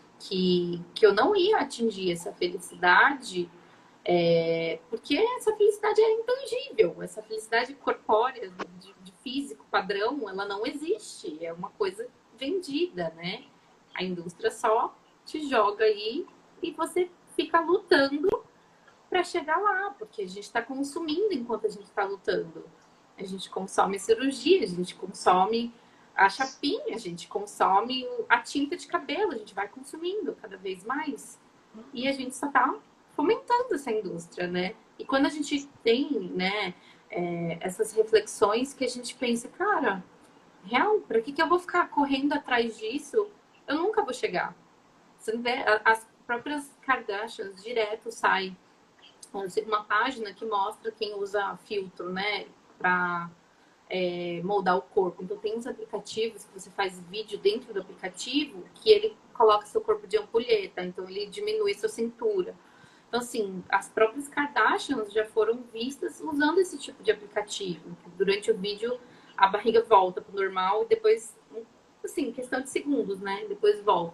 que eu não ia atingir essa felicidade porque essa felicidade é intangível, essa felicidade corpórea, de físico padrão, ela não existe, é uma coisa vendida, né? A indústria só te joga aí e você fica lutando para chegar lá, porque a gente está consumindo enquanto a gente está lutando. A gente consome cirurgia, a gente consome a chapinha, a gente consome a tinta de cabelo, a gente vai consumindo cada vez mais. E a gente só está fomentando essa indústria, né? E quando a gente tem, né, essas reflexões que a gente pensa, cara, real, para que eu vou ficar correndo atrás disso? Eu nunca vou chegar. Você não vê, as próprias Kardashians direto saem uma página que mostra quem usa filtro, né, para moldar o corpo. Então tem uns aplicativos que você faz vídeo dentro do aplicativo que ele coloca seu corpo de ampulheta, então ele diminui sua cintura. Então, assim, as próprias Kardashians já foram vistas usando esse tipo de aplicativo. Durante o vídeo, a barriga volta pro normal e depois, assim, questão de segundos, né? Depois volta.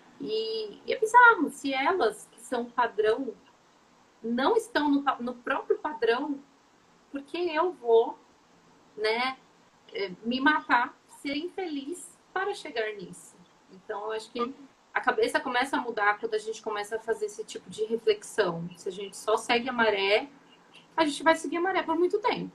E é bizarro, se elas, que são padrão, não estão no próprio padrão, por que eu vou, né, me matar, ser infeliz para chegar nisso? Então, eu acho que a cabeça começa a mudar quando a gente começa a fazer esse tipo de reflexão. Se a gente só segue a maré, a gente vai seguir a maré por muito tempo.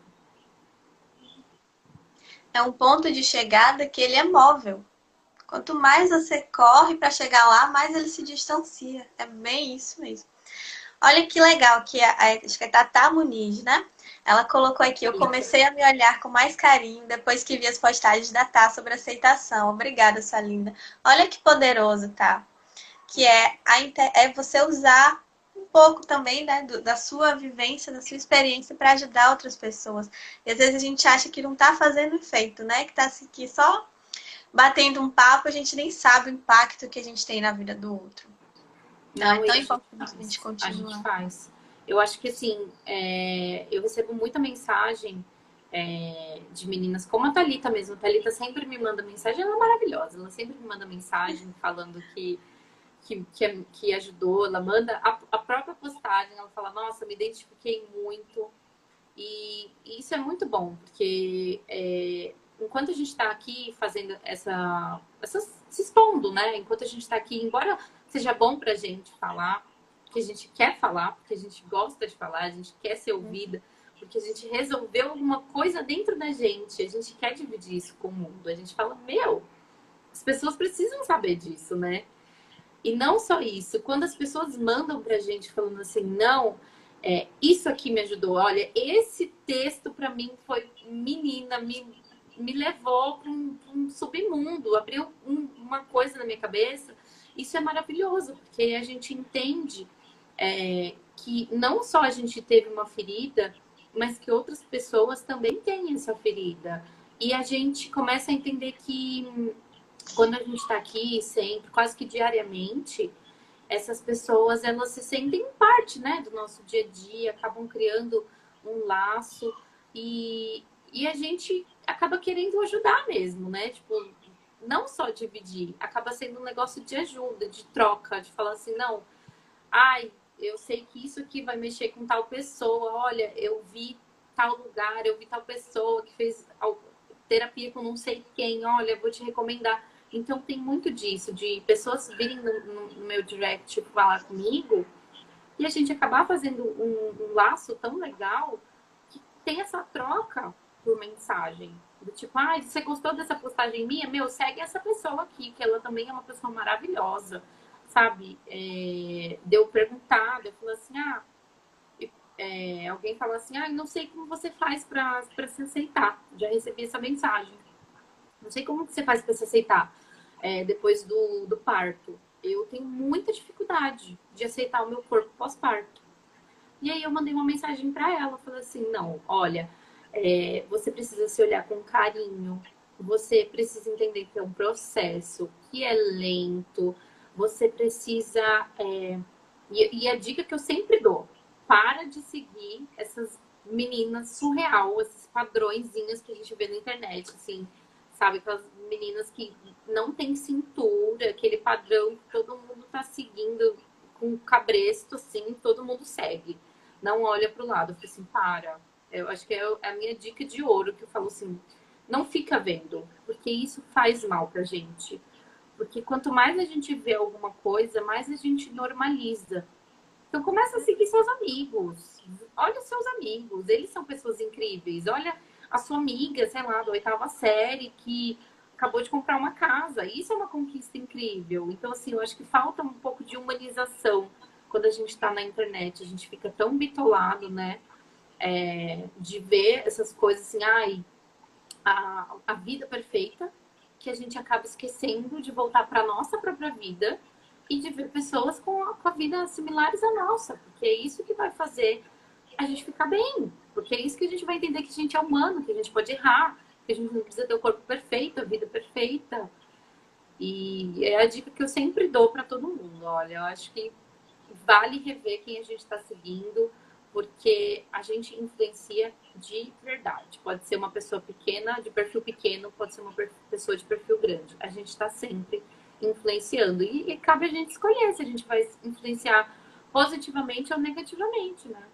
É um ponto de chegada que ele é móvel. Quanto mais você corre para chegar lá, mais ele se distancia. É bem isso mesmo. Olha que legal que acho que é a Tatá Muniz, né? Ela colocou aqui, eu comecei a me olhar com mais carinho depois que vi as postagens da Tá sobre aceitação. Obrigada, sua linda. Olha que poderoso, tá? Que é você usar um pouco também, né, da sua vivência, da sua experiência para ajudar outras pessoas. E às vezes a gente acha que não tá fazendo efeito, né? Que tá aqui só batendo um papo, a gente nem sabe o impacto que a gente tem na vida do outro. Então é tão importante a gente continuar. A gente faz. Eu acho que, assim, eu recebo muita mensagem de meninas, como a Thalita mesmo. A Thalita sempre me manda mensagem, ela é maravilhosa. Ela sempre me manda mensagem falando que que ajudou, ela manda a própria postagem, ela fala, nossa, me identifiquei muito. E isso é muito bom, porque enquanto a gente está aqui fazendo se expondo, né? Enquanto a gente está aqui, embora seja bom pra gente falar, porque a gente quer falar, porque a gente gosta de falar, a gente quer ser ouvida, porque a gente resolveu alguma coisa dentro da gente, a gente quer dividir isso com o mundo. A gente fala, meu, as pessoas precisam saber disso, né? E não só isso, quando as pessoas mandam pra gente falando assim, não, isso aqui me ajudou, olha, esse texto pra mim foi, menina, me levou para um submundo, abriu uma coisa na minha cabeça. Isso é maravilhoso, porque a gente entende que não só a gente teve uma ferida, mas que outras pessoas também têm essa ferida. E a gente começa a entender que quando a gente está aqui sempre, quase que diariamente, essas pessoas, elas se sentem parte, né, do nosso dia a dia, acabam criando um laço e a gente acaba querendo ajudar mesmo, né? Tipo, não só dividir, acaba sendo um negócio de ajuda, de troca, de falar assim, não, ai, eu sei que isso aqui vai mexer com tal pessoa, olha, eu vi tal lugar, eu vi tal pessoa que fez terapia com não sei quem, olha, vou te recomendar. Então tem muito disso, de pessoas virem no meu direct falar comigo e a gente acabar fazendo um laço tão legal que tem essa troca por mensagem. Do tipo, ah, você gostou dessa postagem minha? Meu, segue essa pessoa aqui, que ela também é uma pessoa maravilhosa, sabe? Deu perguntar, eu falei assim, alguém falou assim, não sei como você faz pra se aceitar. Já recebi essa mensagem. Não sei como você faz para se aceitar depois do parto. Eu tenho muita dificuldade de aceitar o meu corpo pós-parto. E aí eu mandei uma mensagem para ela, falei assim, não, olha, você precisa se olhar com carinho, você precisa entender que é um processo, que é lento, você precisa... E a dica que eu sempre dou, para de seguir essas meninas surreal, esses padrõezinhos que a gente vê na internet, assim, sabe? Aquelas meninas que não tem cintura, aquele padrão que todo mundo tá seguindo com cabresto, assim, todo mundo segue. Não olha pro lado. Eu falei assim, para. Eu acho que é a minha dica de ouro, que eu falo assim, não fica vendo, porque isso faz mal pra gente. Porque quanto mais a gente vê alguma coisa, mais a gente normaliza. Então começa a seguir seus amigos. Olha os seus amigos, eles são pessoas incríveis. Olha a sua amiga, sei lá, da 8ª série, que acabou de comprar uma casa. Isso é uma conquista incrível. Então, assim, eu acho que falta um pouco de humanização quando a gente está na internet. A gente fica tão bitolado, né? De ver essas coisas assim, a vida perfeita, que a gente acaba esquecendo de voltar para nossa própria vida e de ver pessoas com a vida similares à nossa, porque é isso que vai fazer a gente ficar bem, porque é isso que a gente vai entender que a gente é humano, que a gente pode errar, que a gente não precisa ter o corpo perfeito, a vida perfeita. E é a dica que eu sempre dou para todo mundo. Olha, eu acho que vale rever quem a gente está seguindo, porque a gente influencia de verdade. Pode ser uma pessoa pequena, de perfil pequeno, pode ser uma pessoa de perfil grande. A gente está sempre influenciando. E cabe a gente escolher se a gente vai influenciar positivamente ou negativamente, né?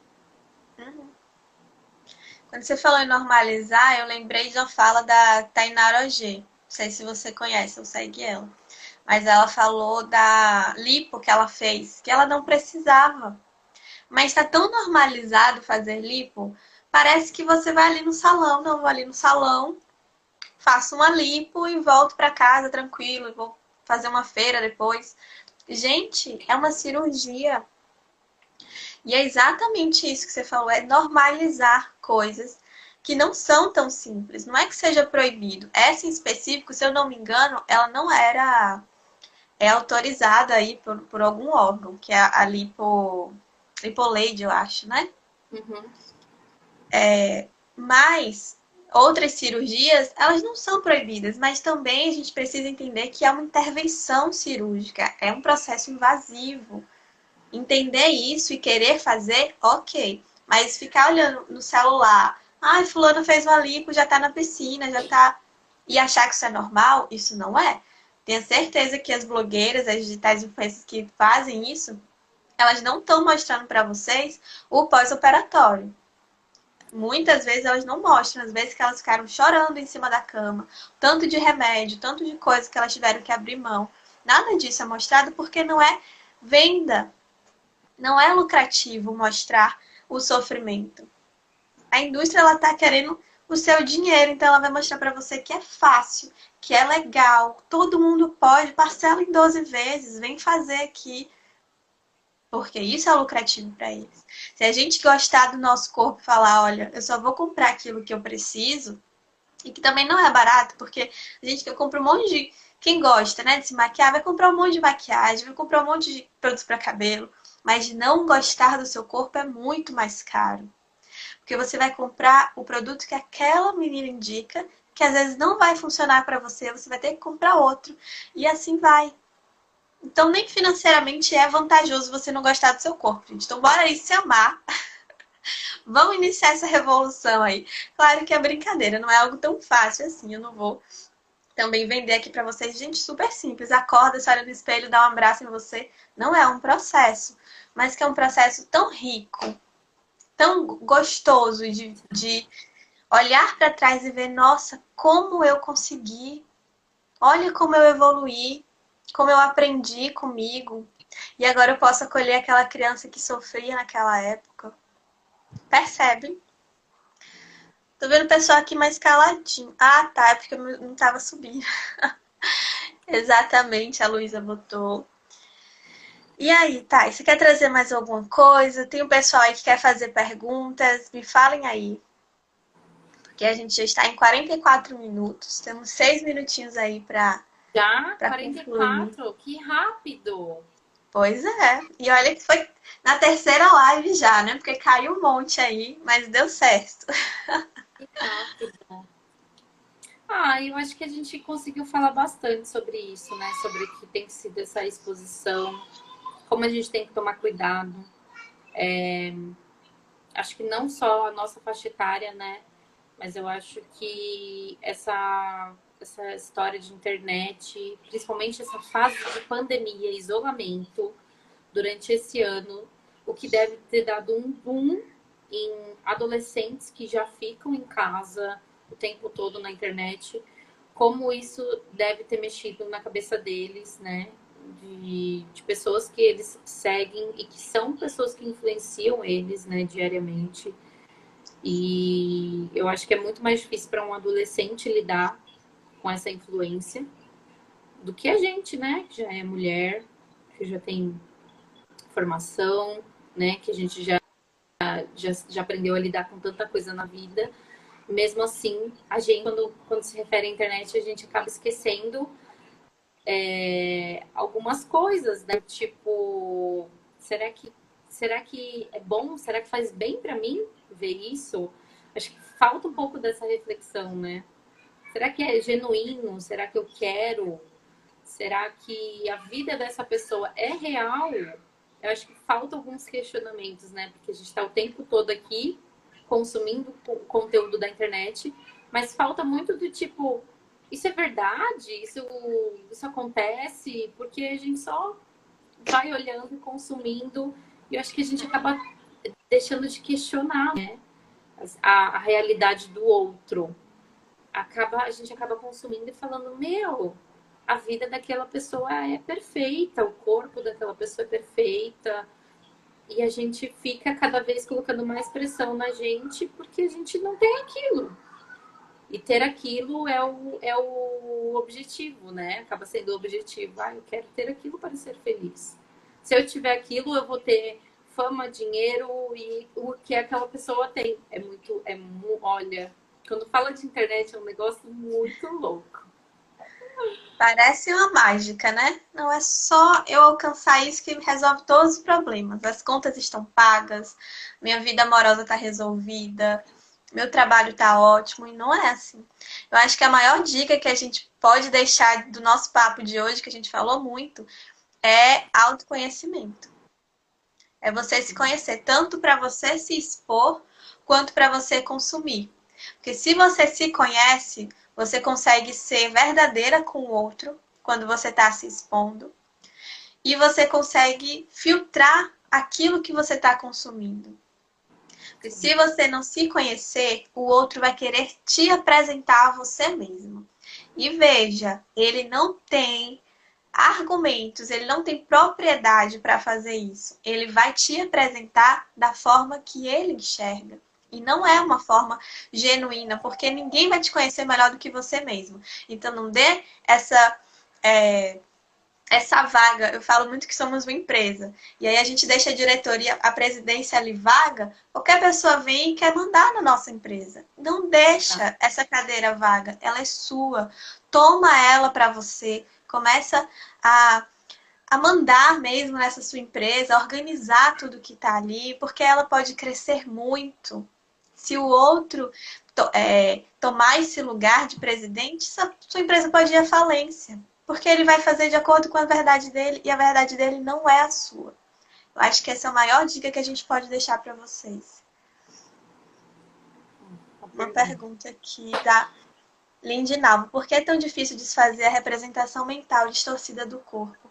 Quando você falou em normalizar, eu lembrei de uma fala da Tainara Ogê. Não sei se você conhece ou segue ela. Mas ela falou da lipo que ela fez, que ela não precisava. Mas está tão normalizado fazer lipo, parece que você vai ali no salão. Não, vou ali no salão, faço uma lipo e volto para casa tranquilo. E vou fazer uma feira depois. Gente, é uma cirurgia. E é exatamente isso que você falou, é normalizar coisas que não são tão simples. Não é que seja proibido. Essa em específico, se eu não me engano, ela não era autorizada aí por algum órgão, que é a Lipolade, eu acho, né? Uhum. Mas outras cirurgias, elas não são proibidas, mas também a gente precisa entender que é uma intervenção cirúrgica, é um processo invasivo. Entender isso e querer fazer, ok. Mas ficar olhando no celular, fulano fez uma lipo, já tá na piscina, já tá... E achar que isso é normal, isso não é. Tenha certeza que as blogueiras, as digitais influencers que fazem isso, elas não estão mostrando para vocês o pós-operatório. Muitas vezes elas não mostram, às vezes que elas ficaram chorando em cima da cama, tanto de remédio, tanto de coisa que elas tiveram que abrir mão. Nada disso é mostrado porque não é venda, não é lucrativo mostrar o sofrimento. A indústria ela está querendo o seu dinheiro, então ela vai mostrar para você que é fácil, que é legal, todo mundo pode, parcela em 12 vezes, vem fazer aqui. Porque isso é lucrativo para eles. Se a gente gostar do nosso corpo e falar, olha, eu só vou comprar aquilo que eu preciso, e que também não é barato, porque a gente que compra um monte de... Quem gosta, né, de se maquiar, vai comprar um monte de maquiagem, vai comprar um monte de produtos para cabelo, mas não gostar do seu corpo é muito mais caro. Porque você vai comprar o produto que aquela menina indica, que às vezes não vai funcionar para você, você vai ter que comprar outro. E assim vai. Então, nem financeiramente é vantajoso você não gostar do seu corpo, gente. Então, bora aí se amar. Vamos iniciar essa revolução aí. Claro que é brincadeira, não é algo tão fácil assim. Eu não vou também vender aqui pra vocês. Gente, super simples. Acorda, se olha no espelho, dá um abraço em você. Não é um processo, mas que é um processo tão rico, tão gostoso de olhar para trás e ver, nossa, como eu consegui. Olha como eu evoluí. Como eu aprendi comigo. E agora eu posso acolher aquela criança que sofria naquela época. Percebe? Tô vendo o pessoal aqui mais caladinho. Ah, tá. É porque eu não tava subindo. Exatamente, a Luísa botou. E aí, tá? Você quer trazer mais alguma coisa? Tem um pessoal aí que quer fazer perguntas. Me falem aí. Porque a gente já está em 44 minutos. Temos 6 minutinhos aí pra Já? concluir. 44? Que rápido! Pois é. E olha que foi na terceira live já, né? Porque caiu um monte aí, mas deu certo. Que rápido! Ah, eu acho que a gente conseguiu falar bastante sobre isso, né? Sobre o que tem sido essa exposição, como a gente tem que tomar cuidado. Acho que não só a nossa faixa etária, né? Mas eu acho que essa história de internet, principalmente essa fase de pandemia, isolamento, durante esse ano, o que deve ter dado um boom em adolescentes que já ficam em casa o tempo todo na internet, como isso deve ter mexido na cabeça deles, né? De pessoas que eles seguem e que são pessoas que influenciam eles, né, diariamente. E eu acho que é muito mais difícil para um adolescente lidar com essa influência do que a gente, né, que já é mulher, que já tem formação, né, que a gente já aprendeu a lidar com tanta coisa na vida. Mesmo assim, a gente, quando se refere à internet, a gente acaba esquecendo algumas coisas, né? Tipo, será que é bom? Será que faz bem para mim ver isso? Acho que falta um pouco dessa reflexão, né? Será que é genuíno? Será que eu quero? Será que a vida dessa pessoa é real? Eu acho que falta alguns questionamentos, né? Porque a gente está o tempo todo aqui consumindo o conteúdo da internet, mas falta muito do tipo, isso é verdade? Isso acontece? Porque a gente só vai olhando e consumindo, e eu acho que a gente acaba deixando de questionar, né? A realidade do outro. A gente acaba consumindo e falando, meu, a vida daquela pessoa é perfeita, o corpo daquela pessoa é perfeita. E a gente fica cada vez colocando mais pressão na gente porque a gente não tem aquilo. E ter aquilo é o objetivo, né? Acaba sendo o objetivo. Ah, eu quero ter aquilo para ser feliz. Se eu tiver aquilo, eu vou ter fama, dinheiro e o que aquela pessoa tem. Olha, quando fala de internet é um negócio muito louco. Parece uma mágica, né? Não é só eu alcançar isso que resolve todos os problemas. As contas estão pagas, minha vida amorosa está resolvida, meu trabalho está ótimo, e não é assim. Eu acho que a maior dica que a gente pode deixar do nosso papo de hoje, que a gente falou muito, é autoconhecimento. É você se conhecer, tanto para você se expor, quanto para você consumir. Porque se você se conhece, você consegue ser verdadeira com o outro quando você está se expondo. E você consegue filtrar aquilo que você está consumindo. Porque se você não se conhecer, o outro vai querer te apresentar a você mesmo. E veja, ele não tem argumentos, ele não tem propriedade para fazer isso. Ele vai te apresentar da forma que ele enxerga. E não é uma forma genuína, porque ninguém vai te conhecer melhor do que você mesmo. Então não dê essa vaga. Eu falo muito que somos uma empresa. E aí a gente deixa a diretoria, a presidência ali vaga, qualquer pessoa vem e quer mandar na nossa empresa. Não deixa essa cadeira vaga, ela é sua. Toma ela para você. Começa a mandar mesmo nessa sua empresa, organizar tudo que está ali, porque ela pode crescer muito. Se o outro tomar esse lugar de presidente, sua empresa pode ir à falência. Porque ele vai fazer de acordo com a verdade dele, e a verdade dele não é a sua. Eu acho que essa é a maior dica que a gente pode deixar para vocês. Uma pergunta aqui da Lindinalvo. Por que é tão difícil desfazer a representação mental distorcida do corpo?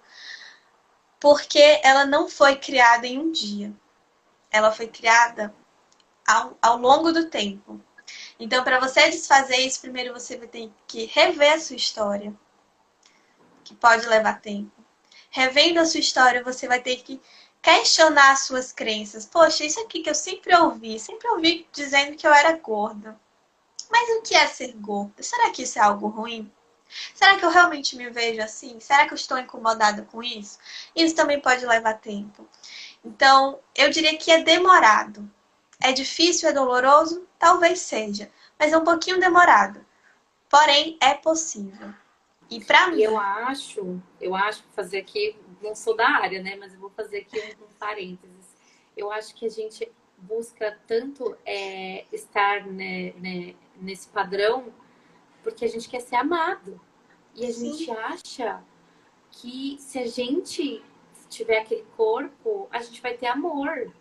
Porque ela não foi criada em um dia. Ela foi criada ao longo do tempo. Então, para você desfazer isso, primeiro você vai ter que rever a sua história, que pode levar tempo. Revendo a sua história, você vai ter que questionar as suas crenças. Poxa, isso aqui que eu sempre ouvi dizendo que eu era gorda. Mas o que é ser gorda? Será que isso é algo ruim? Será que eu realmente me vejo assim? Será que eu estou incomodada com isso? Isso também pode levar tempo. Então, eu diria que é demorado. É difícil, é doloroso? Talvez seja. Mas é um pouquinho demorado. Porém, é possível. E para mim... Eu acho, fazer aqui, não sou da área, né? Mas eu vou fazer aqui um parênteses. Eu acho que a gente busca tanto estar nesse padrão porque a gente quer ser amado. E a gente acha que se a gente tiver aquele corpo, a gente vai ter amor.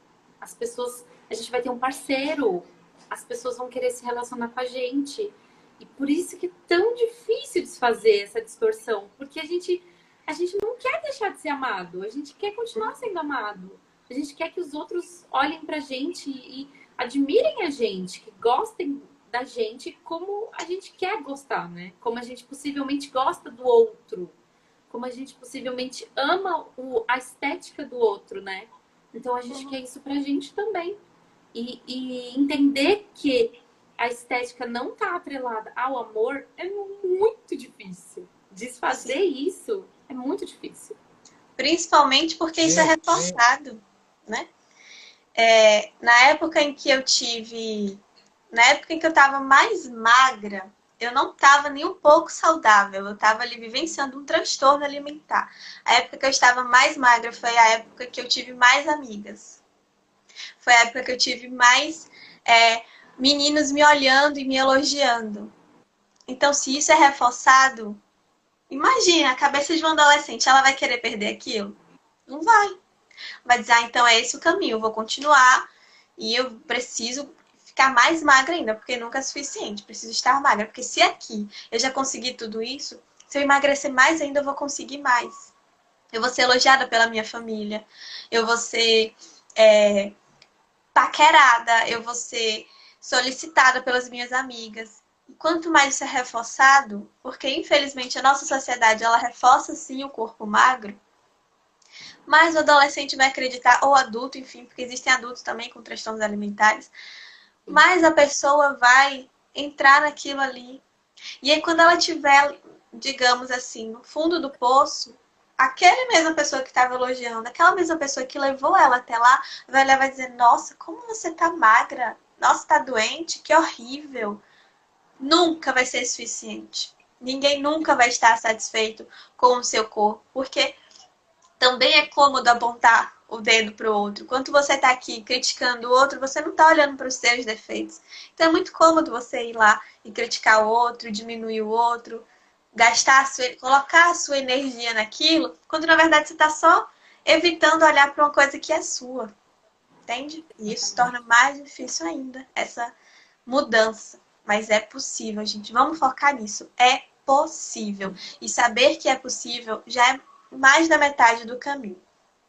A gente vai ter um parceiro. As pessoas vão querer se relacionar com a gente. E por isso que é tão difícil desfazer essa distorção. Porque a gente não quer deixar de ser amado. A gente quer continuar sendo amado. A gente quer que os outros olhem pra gente e admirem a gente, que gostem da gente como a gente quer gostar, né? Como a gente possivelmente gosta do outro. Como a gente possivelmente ama a estética do outro, né? Então a gente quer isso pra gente também. E entender que a estética não tá atrelada ao amor é muito difícil. Desfazer isso é muito difícil. Principalmente porque isso é reforçado, né? Na época em que eu estava mais magra, eu não estava nem um pouco saudável. Eu estava ali vivenciando um transtorno alimentar. A época que eu estava mais magra foi a época que eu tive mais amigas. Foi a época que eu tive mais meninos me olhando e me elogiando. Então, se isso é reforçado, imagina, a cabeça de uma adolescente, ela vai querer perder aquilo? Não vai. Vai dizer, então é esse o caminho, eu vou continuar e eu preciso ficar mais magra ainda, porque nunca é suficiente, preciso estar magra. Porque se aqui eu já consegui tudo isso, se eu emagrecer mais ainda, eu vou conseguir mais. Eu vou ser elogiada pela minha família, eu vou ser paquerada, eu vou ser solicitada pelas minhas amigas. E quanto mais isso é reforçado, porque infelizmente a nossa sociedade ela reforça sim o corpo magro, mas o adolescente vai acreditar, ou adulto, enfim, porque existem adultos também com transtornos alimentares, mas a pessoa vai entrar naquilo ali. E aí quando ela tiver, digamos assim, no fundo do poço, aquela mesma pessoa que estava elogiando, aquela mesma pessoa que levou ela até lá, vai olhar e vai dizer, nossa, como você tá magra, nossa, tá doente, que horrível. Nunca vai ser suficiente. Ninguém nunca vai estar satisfeito com o seu corpo, porque também é cômodo apontar o dedo para o outro. Quando você está aqui criticando o outro, você não está olhando para os seus defeitos. Então é muito cômodo você ir lá e criticar o outro, diminuir o outro, colocar a sua energia naquilo, quando na verdade você está só evitando olhar para uma coisa que é sua. Entende? E isso torna mais difícil ainda essa mudança. Mas é possível, gente. Vamos focar nisso. É possível. E saber que é possível já é mais da metade do caminho.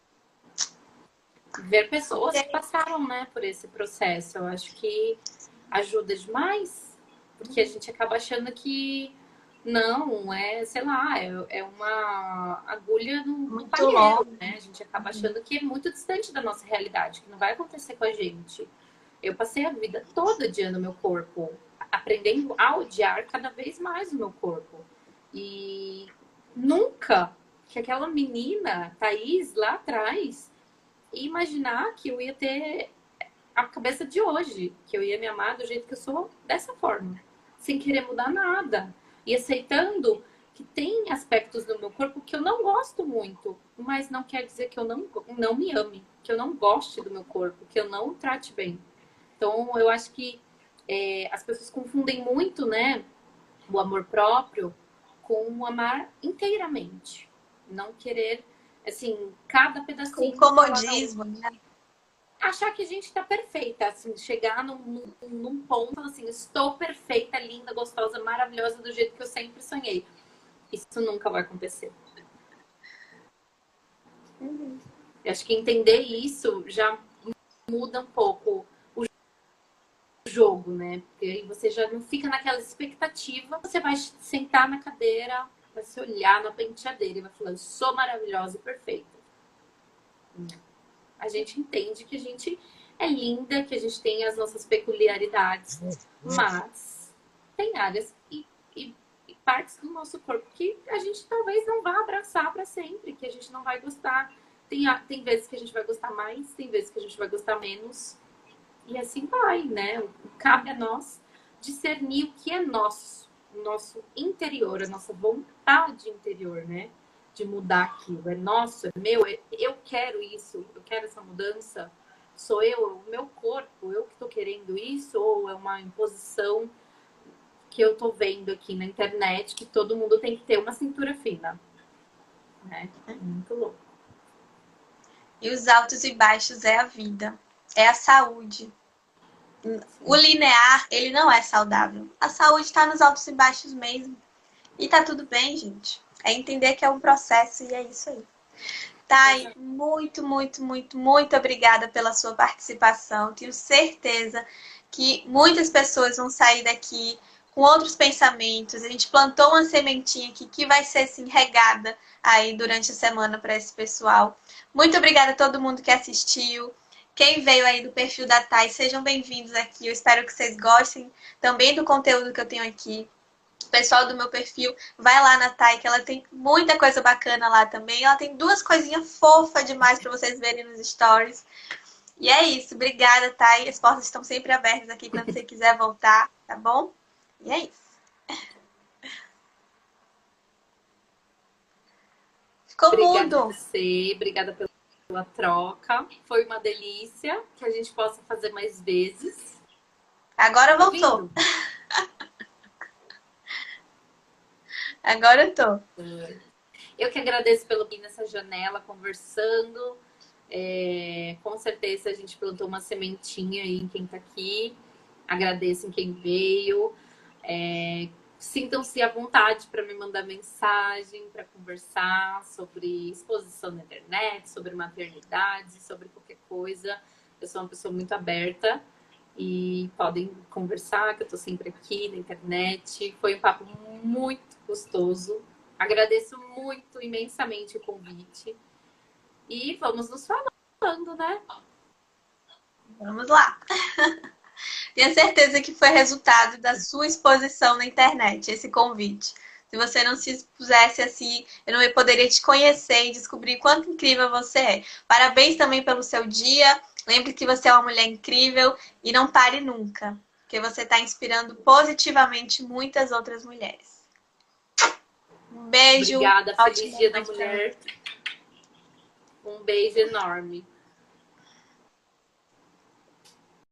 Ver pessoas que passaram, né, por esse processo, eu acho que ajuda demais, porque a gente acaba achando que não, sei lá, é uma agulha no palheiro, né? A gente acaba achando que é muito distante da nossa realidade, que não vai acontecer com a gente. Eu passei a vida toda odiando meu corpo, aprendendo a odiar cada vez mais o meu corpo. E nunca que aquela menina, Thaís, lá atrás, ia imaginar que eu ia ter a cabeça de hoje, que eu ia me amar do jeito que eu sou, dessa forma, sem querer mudar nada. E aceitando que tem aspectos do meu corpo que eu não gosto muito, mas não quer dizer que eu não me ame, que eu não goste do meu corpo, que eu não o trate bem. Então, eu acho que as pessoas confundem muito, né, o amor próprio com o amar inteiramente. Não querer, assim, cada pedacinho. Com comodismo, né? Achar que a gente tá perfeita, assim, chegar num ponto, assim, estou perfeita, linda, gostosa, maravilhosa, do jeito que eu sempre sonhei. Isso nunca vai acontecer. Eu acho que entender isso já muda um pouco o jogo, né? Porque aí você já não fica naquela expectativa. Você vai sentar na cadeira, vai se olhar na penteadeira e vai falar, eu sou maravilhosa e perfeita. A gente entende que a gente é linda, que a gente tem as nossas peculiaridades, mas tem áreas e partes do nosso corpo que a gente talvez não vá abraçar para sempre, que a gente não vai gostar. Tem vezes que a gente vai gostar mais, tem vezes que a gente vai gostar menos. E assim vai, né? Cabe a nós discernir o que é nosso, o nosso interior, a nossa vontade interior, né? De mudar aquilo. É nosso, é meu, eu quero isso, eu quero essa mudança. Sou eu, o meu corpo, eu que estou querendo isso, ou é uma imposição que eu tô vendo aqui na internet, que todo mundo tem que ter uma cintura fina. Né? É muito louco. E os altos e baixos é a vida, é a saúde. O linear, ele não é saudável. A saúde está nos altos e baixos mesmo. E tá tudo bem, gente. É entender que é um processo e é isso aí. Thay, muito, muito, muito, muito obrigada pela sua participação. Tenho certeza que muitas pessoas vão sair daqui com outros pensamentos. A gente plantou uma sementinha aqui que vai ser assim, regada aí durante a semana para esse pessoal. Muito obrigada a todo mundo que assistiu. Quem veio aí do perfil da Thay, sejam bem-vindos aqui. Eu espero que vocês gostem também do conteúdo que eu tenho aqui. O pessoal do meu perfil, vai lá na Thay, que ela tem muita coisa bacana lá também. Ela tem 2 coisinhas fofas demais para vocês verem nos stories. E é isso. Obrigada, Thay. As portas estão sempre abertas aqui quando você quiser voltar, tá bom? E é isso. Ficou Obrigada mudo. a você, obrigada pela troca. Foi uma delícia, que a gente possa fazer mais vezes. Agora voltou. Agora eu tô. Eu que agradeço pelo vir nessa janela, conversando. Com certeza a gente plantou uma sementinha aí em quem tá aqui. Agradeço em quem veio. Sintam-se à vontade para me mandar mensagem, para conversar sobre exposição na internet, sobre maternidade, sobre qualquer coisa. Eu sou uma pessoa muito aberta e podem conversar, que eu estou sempre aqui na internet. Foi um papo muito gostoso. Agradeço muito, imensamente o convite. E vamos nos falando, né? Vamos lá. Tenho certeza que foi resultado da sua exposição na internet, esse convite. Se você não se expusesse assim, eu não poderia te conhecer e descobrir quanto incrível você é. Parabéns também pelo seu dia. Lembre que você é uma mulher incrível e não pare nunca, porque você está inspirando positivamente muitas outras mulheres. Um beijo. Obrigada. Feliz Dia da Mulher. Um beijo enorme.